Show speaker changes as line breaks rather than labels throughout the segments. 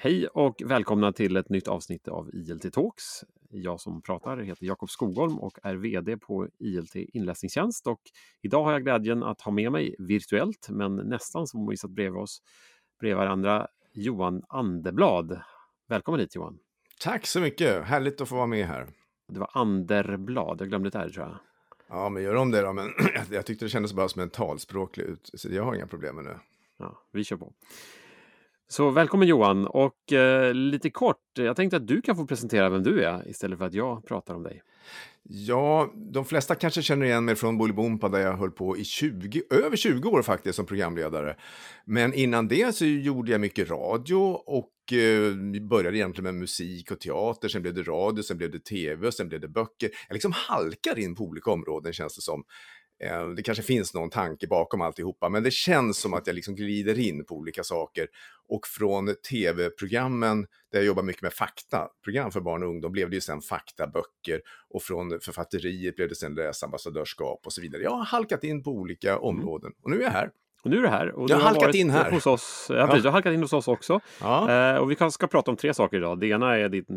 Hej och välkomna till ett nytt avsnitt av ILT Talks. Jag som pratar heter Jakob Skogholm och är vd på ILT Inläsningstjänst. Och idag har jag glädjen att ha med mig virtuellt, men nästan som vi satt bredvid varandra, Johan Anderblad. Välkommen hit, Johan.
Tack så mycket, härligt att få vara med här.
Det var Anderblad, jag glömde det här tror jag.
Ja, men gör om det då, men jag tyckte det kändes bara som en talspråklig ut, så jag har inga problem med det.
Ja, vi kör på. Så välkommen Johan, och lite kort, jag tänkte att du kan få presentera vem du är istället för att jag pratar om dig.
Ja, de flesta kanske känner igen mig från Bolibompa där jag höll på i över 20 år faktiskt som programledare. Men innan det så gjorde jag mycket radio och började egentligen med musik och teater, sen blev det radio, sen blev det tv och sen blev det böcker. Jag liksom halkar in på olika områden känns det som. Det kanske finns någon tanke bakom alltihopa, men det känns som att jag liksom glider in på olika saker. Och från tv-programmen där jag jobbar mycket med faktaprogram för barn och ungdom blev det ju sen faktaböcker, och från författeriet blev det sen läsambassadörskap och så vidare. Jag har halkat in på olika områden och nu är jag här.
Och nu är du här. Och
jag
du
har halkat in här.
Hos oss. Ja, precis, du har halkat in hos oss också.
Ja.
Och vi ska prata om 3 saker idag. Det ena är ditt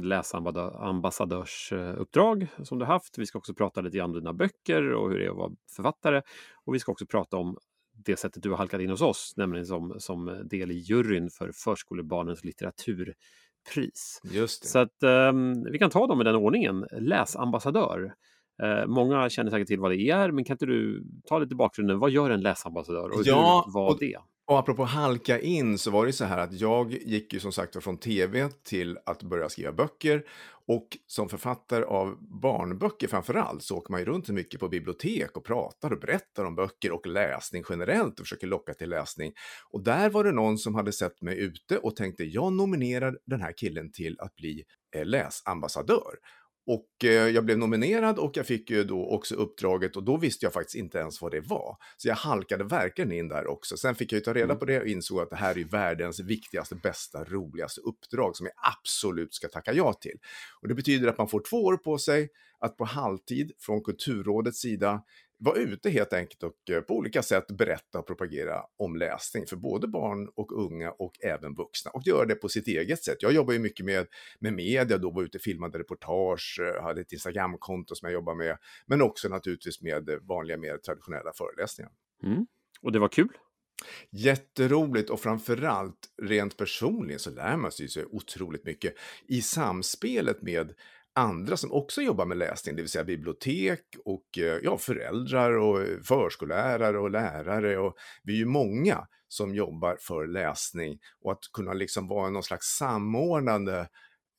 läsambassadörsuppdrag som du har haft. Vi ska också prata lite om dina böcker och hur det är att vara författare. Och vi ska också prata om det sättet du har halkat in hos oss, nämligen som del i juryn för förskolebarnens litteraturpris.
Just det.
Så att vi kan ta dem i den ordningen. Läsambassadör. Många känner säkert till vad det är, men kan inte du ta lite bakgrunden? Vad gör en läsambassadör och hur var det?
Och apropå halka in så var det så här att jag gick ju som sagt från tv till att börja skriva böcker, och som författare av barnböcker framförallt så åker man ju runt mycket på bibliotek och pratar och berättar om böcker och läsning generellt och försöker locka till läsning. Och där var det någon som hade sett mig ute och tänkte, jag nominerar den här killen till att bli läsambassadör. Och jag blev nominerad och jag fick ju då också uppdraget, och då visste jag faktiskt inte ens vad det var. Så jag halkade verkligen in där också. Sen fick jag ju ta reda på det och insåg att det här är världens viktigaste, bästa, roligaste uppdrag som jag absolut ska tacka ja till. Och det betyder att man får 2 år på sig att på halvtid från Kulturrådets sida vara ute helt enkelt och på olika sätt berätta och propagera om läsning för både barn och unga och även vuxna, och göra det på sitt eget sätt. Jag jobbar ju mycket med media, då var ute och filmade reportage, hade ett Instagramkonto som jag jobbar med, men också naturligtvis med vanliga mer traditionella föreläsningar.
Och det var kul?
Jätteroligt, och framförallt rent personligen så lär man sig otroligt mycket i samspelet med andra som också jobbar med läsning, det vill säga bibliotek och föräldrar och förskollärare och lärare, och vi är ju många som jobbar för läsning, och att kunna liksom vara någon slags samordnande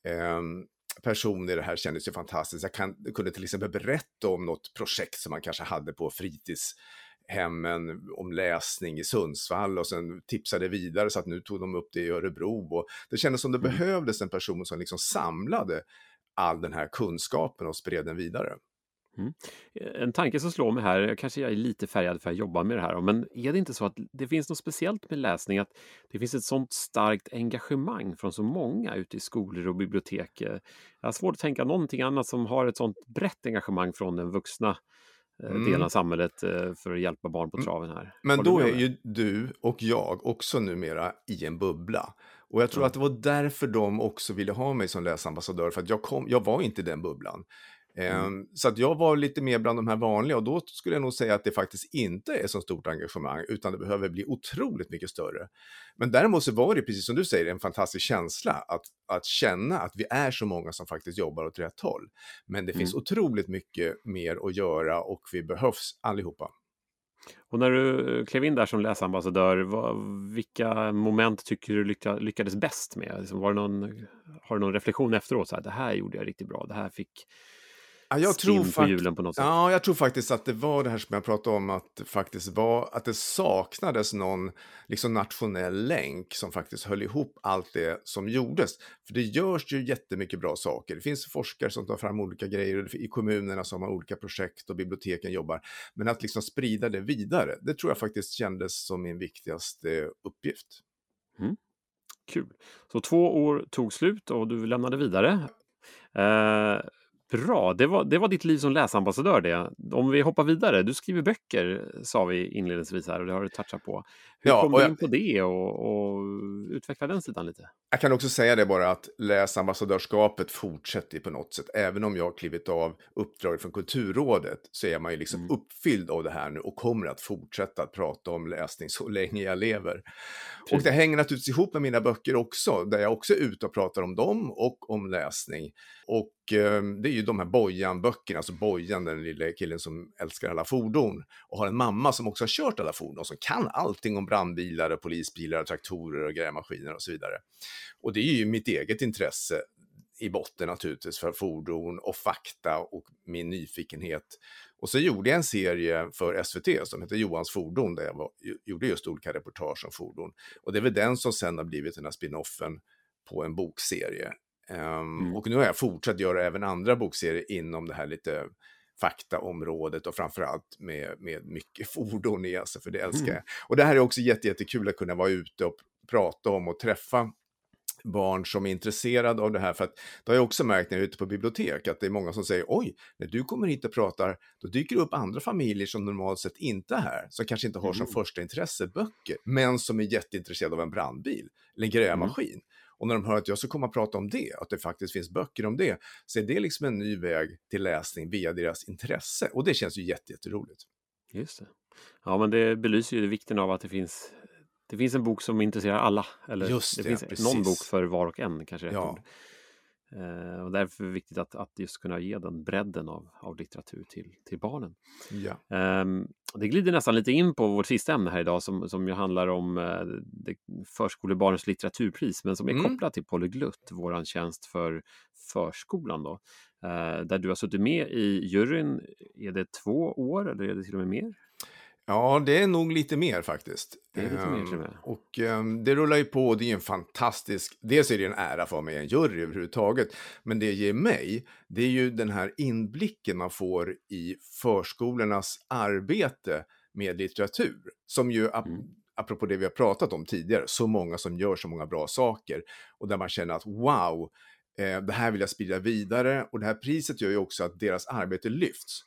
person i det här kändes ju fantastiskt. Jag kunde till exempel berätta om något projekt som man kanske hade på fritidshemmen om läsning i Sundsvall, och sen tipsade vidare så att nu tog de upp det i Örebro, och det kändes som det behövdes en person som liksom samlade all den här kunskapen och spred den vidare.
En tanke som slår mig här, kanske jag är lite färgad för att jobba med det här, men är det inte så att det finns något speciellt med läsning, att det finns ett sånt starkt engagemang från så många ute i skolor och bibliotek? Jag har svårt att tänka någonting annat som har ett sånt brett engagemang från den vuxna delen av samhället för att hjälpa barn på traven här.
Men då är ju du och jag också numera i en bubbla. Och jag tror att det var därför de också ville ha mig som läsambassadör, för att jag var inte i den bubblan. Så att jag var lite mer bland de här vanliga, och då skulle jag nog säga att det faktiskt inte är så stort engagemang, utan det behöver bli otroligt mycket större. Men däremot så var det, precis som du säger, en fantastisk känsla att känna att vi är så många som faktiskt jobbar åt rätt håll. Men det finns otroligt mycket mer att göra, och vi behövs allihopa.
Och när du klev in där som läsambassadör, vilka moment tycker du lyckades bäst med? Liksom, har du någon reflektion efteråt? Så här, det här gjorde jag riktigt bra, det här fick spinn på hjulen på något sätt.
Ja, jag tror faktiskt att det var det här som jag pratade om, att det faktiskt var att det saknades någon liksom nationell länk som faktiskt höll ihop allt det som gjordes. För det görs ju jättemycket bra saker. Det finns forskare som tar fram olika grejer, i kommunerna som har olika projekt och biblioteken jobbar. Men att liksom sprida det vidare, det tror jag faktiskt kändes som min viktigaste uppgift.
Kul. Så 2 år tog slut och du lämnade vidare. Bra, det var ditt liv som läsambassadör det. Om vi hoppar vidare, du skriver böcker sa vi inledningsvis här och det har du touchat på. Hur
Ja,
kom
och
du
jag,
in på det och utveckla den sidan lite?
jag kan också säga det bara att läsambassadörskapet fortsätter på något sätt. Även om jag har klivit av uppdraget från Kulturrådet så är man ju liksom
Mm,
uppfylld av det här nu och kommer att fortsätta att prata om läsning så länge jag lever. Och det
trevligt.
hänger naturligtvis ihop med mina böcker också, där jag också är ute och pratar om dem och om läsning. Och det är ju de här Bojan-böckerna, alltså Bojan, den lilla killen som älskar alla fordon och har en mamma som också har kört alla fordon, som kan allting om brandbilar och polisbilar och traktorer och grävmaskiner och så vidare. Och det är ju mitt eget intresse i botten naturligtvis för fordon och fakta och min nyfikenhet. Och så gjorde jag en serie för SVT som heter Johans fordon där jag gjorde just olika reportage om fordon. Och det är väl den som sen har blivit den här spin-offen på en bokserie.
Mm.
Och nu har jag fortsatt göra även andra bokserier inom det här lite faktaområdet och framförallt med mycket fordon i, alltså, för det älskar jag. Och det här är också jättekul att kunna vara ute och prata om och träffa barn som är intresserade av det här, för att det har jag också märkt när jag är ute på bibliotek att det är många som säger oj, när du kommer hit och pratar då dyker det upp andra familjer som normalt sett inte är här, som kanske inte har som första intresse böcker, men som är jätteintresserade av en brandbil eller en grävmaskin. Och när de hör att jag ska komma och prata om det, att det faktiskt finns böcker om det, så är det liksom en ny väg till läsning via deras intresse, och det känns ju jätteroligt.
Just det. Ja, men det belyser ju vikten av att det finns en bok som intresserar alla. Eller
Just
det
det,
finns
precis.
någon bok för var och en, kanske rätt
Ja.
ord. Och därför är det viktigt att just kunna ge den bredden av litteratur till barnen.
Ja.
Det glider nästan lite in på vårt sista ämne här idag som ju handlar om förskolebarnens litteraturpris, men som är kopplat till Polyglutt, våran tjänst för förskolan då. Där du har suttit med i juryn, är det 2 år eller är det till och med mer?
Ja, det är nog lite mer faktiskt.
Det är lite mer till och med.
Och det rullar ju på, och det är en fantastisk, dels är det en ära för mig, en jury överhuvudtaget, men det ger mig, det är ju den här inblicken man får i förskolornas arbete med litteratur, som ju, apropå det vi har pratat om tidigare, så många som gör så många bra saker, och där man känner att wow, det här vill jag sprida vidare, och det här priset gör ju också att deras arbete lyfts.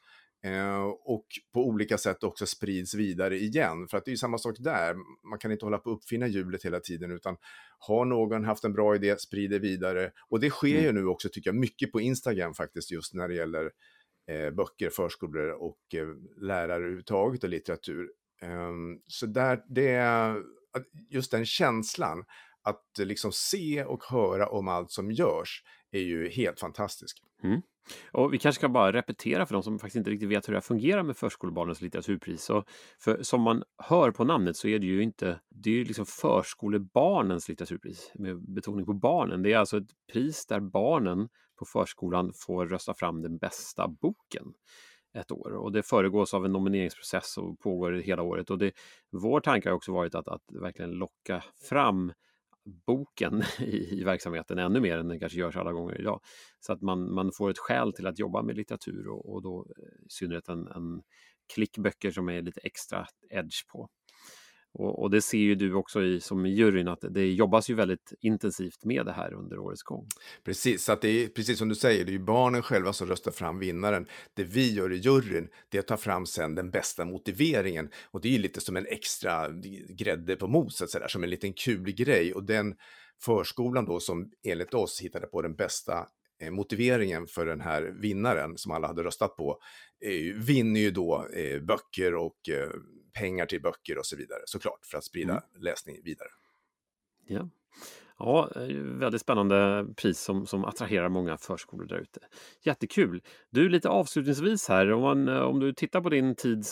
Och på olika sätt också sprids vidare igen. För att det är ju samma sak där. Man kan inte hålla på att uppfinna hjulet hela tiden, utan har någon haft en bra idé, sprider vidare. Och det sker ju nu också, tycker jag, mycket på Instagram faktiskt, just när det gäller böcker, förskolor och lärare överhuvudtaget och litteratur. Så där, det är just den känslan att liksom se och höra om allt som görs är ju helt fantastisk.
Och vi kanske ska bara repetera för de som faktiskt inte riktigt vet hur det här fungerar med förskolebarnens litteraturpris. Så för, som man hör på namnet så är det ju inte, det är ju liksom förskolebarnens litteraturpris med betoning på barnen. Det är alltså ett pris där barnen på förskolan får rösta fram den bästa boken ett år. Och det föregås av en nomineringsprocess och pågår hela året. Och vår tanke har också varit att verkligen locka fram boken i verksamheten ännu mer än den kanske görs alla gånger idag. Så att man får ett skäl till att jobba med litteratur och då i synnerhet en klick böcker som är lite extra edge på. Och det ser ju du också som i juryn, att det jobbas ju väldigt intensivt med det här under årets gång.
Precis, så att det är precis som du säger, det är ju barnen själva som röstar fram vinnaren. Det vi gör i juryn, det är att ta fram sen den bästa motiveringen. Och det är ju lite som en extra grädde på moset, så där, som en liten kul grej. Och den förskolan då som enligt oss hittade på den bästa motiveringen för den här vinnaren som alla hade röstat på, vinner ju då böcker och pengar till böcker och så vidare, såklart, för att sprida läsning vidare.
Ja. Ja, väldigt spännande pris som attraherar många förskolor där ute. Jättekul. Du, lite avslutningsvis här, om du tittar på din tid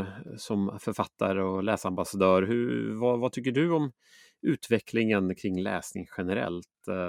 som författare och läsambassadör, vad tycker du om utvecklingen kring läsning generellt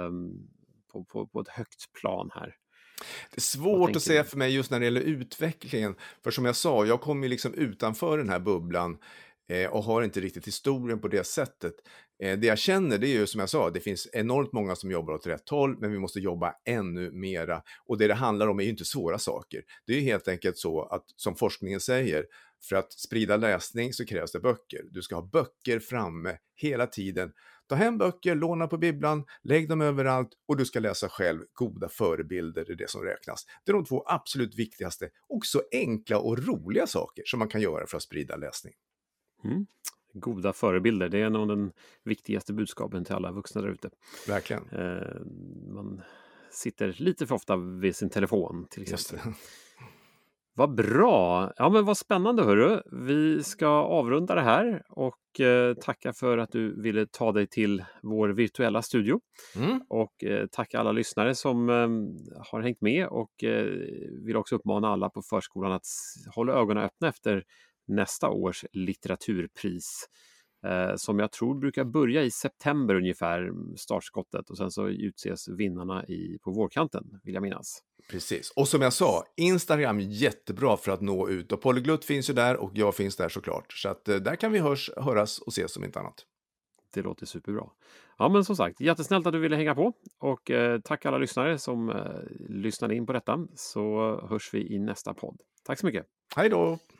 på ett högt plan här?
Det är svårt att säga för mig just när det gäller utvecklingen, för som jag sa, jag kommer ju liksom utanför den här bubblan och har inte riktigt historien på det sättet. Det jag känner, det är ju som jag sa, det finns enormt många som jobbar åt rätt håll, men vi måste jobba ännu mera. Och det handlar om är ju inte svåra saker. Det är helt enkelt så att, som forskningen säger, för att sprida läsning så krävs det böcker. Du ska ha böcker framme hela tiden. Ta hem böcker, låna på bibblan, lägg dem överallt och du ska läsa själv. Goda förebilder är det som räknas. Det är de 2 absolut viktigaste och så enkla och roliga saker som man kan göra för att sprida läsning.
Mm. Goda förebilder, det är nog den viktigaste budskapen till alla vuxna där ute.
Verkligen.
Man sitter lite för ofta vid sin telefon till
Just
exempel.
det.
Vad bra! Ja, men vad spännande hörru. Vi ska avrunda det här och tacka för att du ville ta dig till vår virtuella studio.
Mm.
Och tacka alla lyssnare som har hängt med och vill också uppmana alla på förskolan att hålla ögonen öppna efter nästa års litteraturpris. Som jag tror brukar börja i september ungefär, startskottet, och sen så utses vinnarna på vårkanten, vill jag minnas.
Precis. Och som jag sa, Instagram jättebra för att nå ut. Och Polyglutt finns ju där och jag finns där såklart. Så att där kan vi höras och ses som inte annat.
Det låter superbra. Ja, men som sagt, jättesnällt att du ville hänga på. Och tack alla lyssnare som lyssnade in på detta. Så hörs vi i nästa podd. Tack så mycket.
Hej då!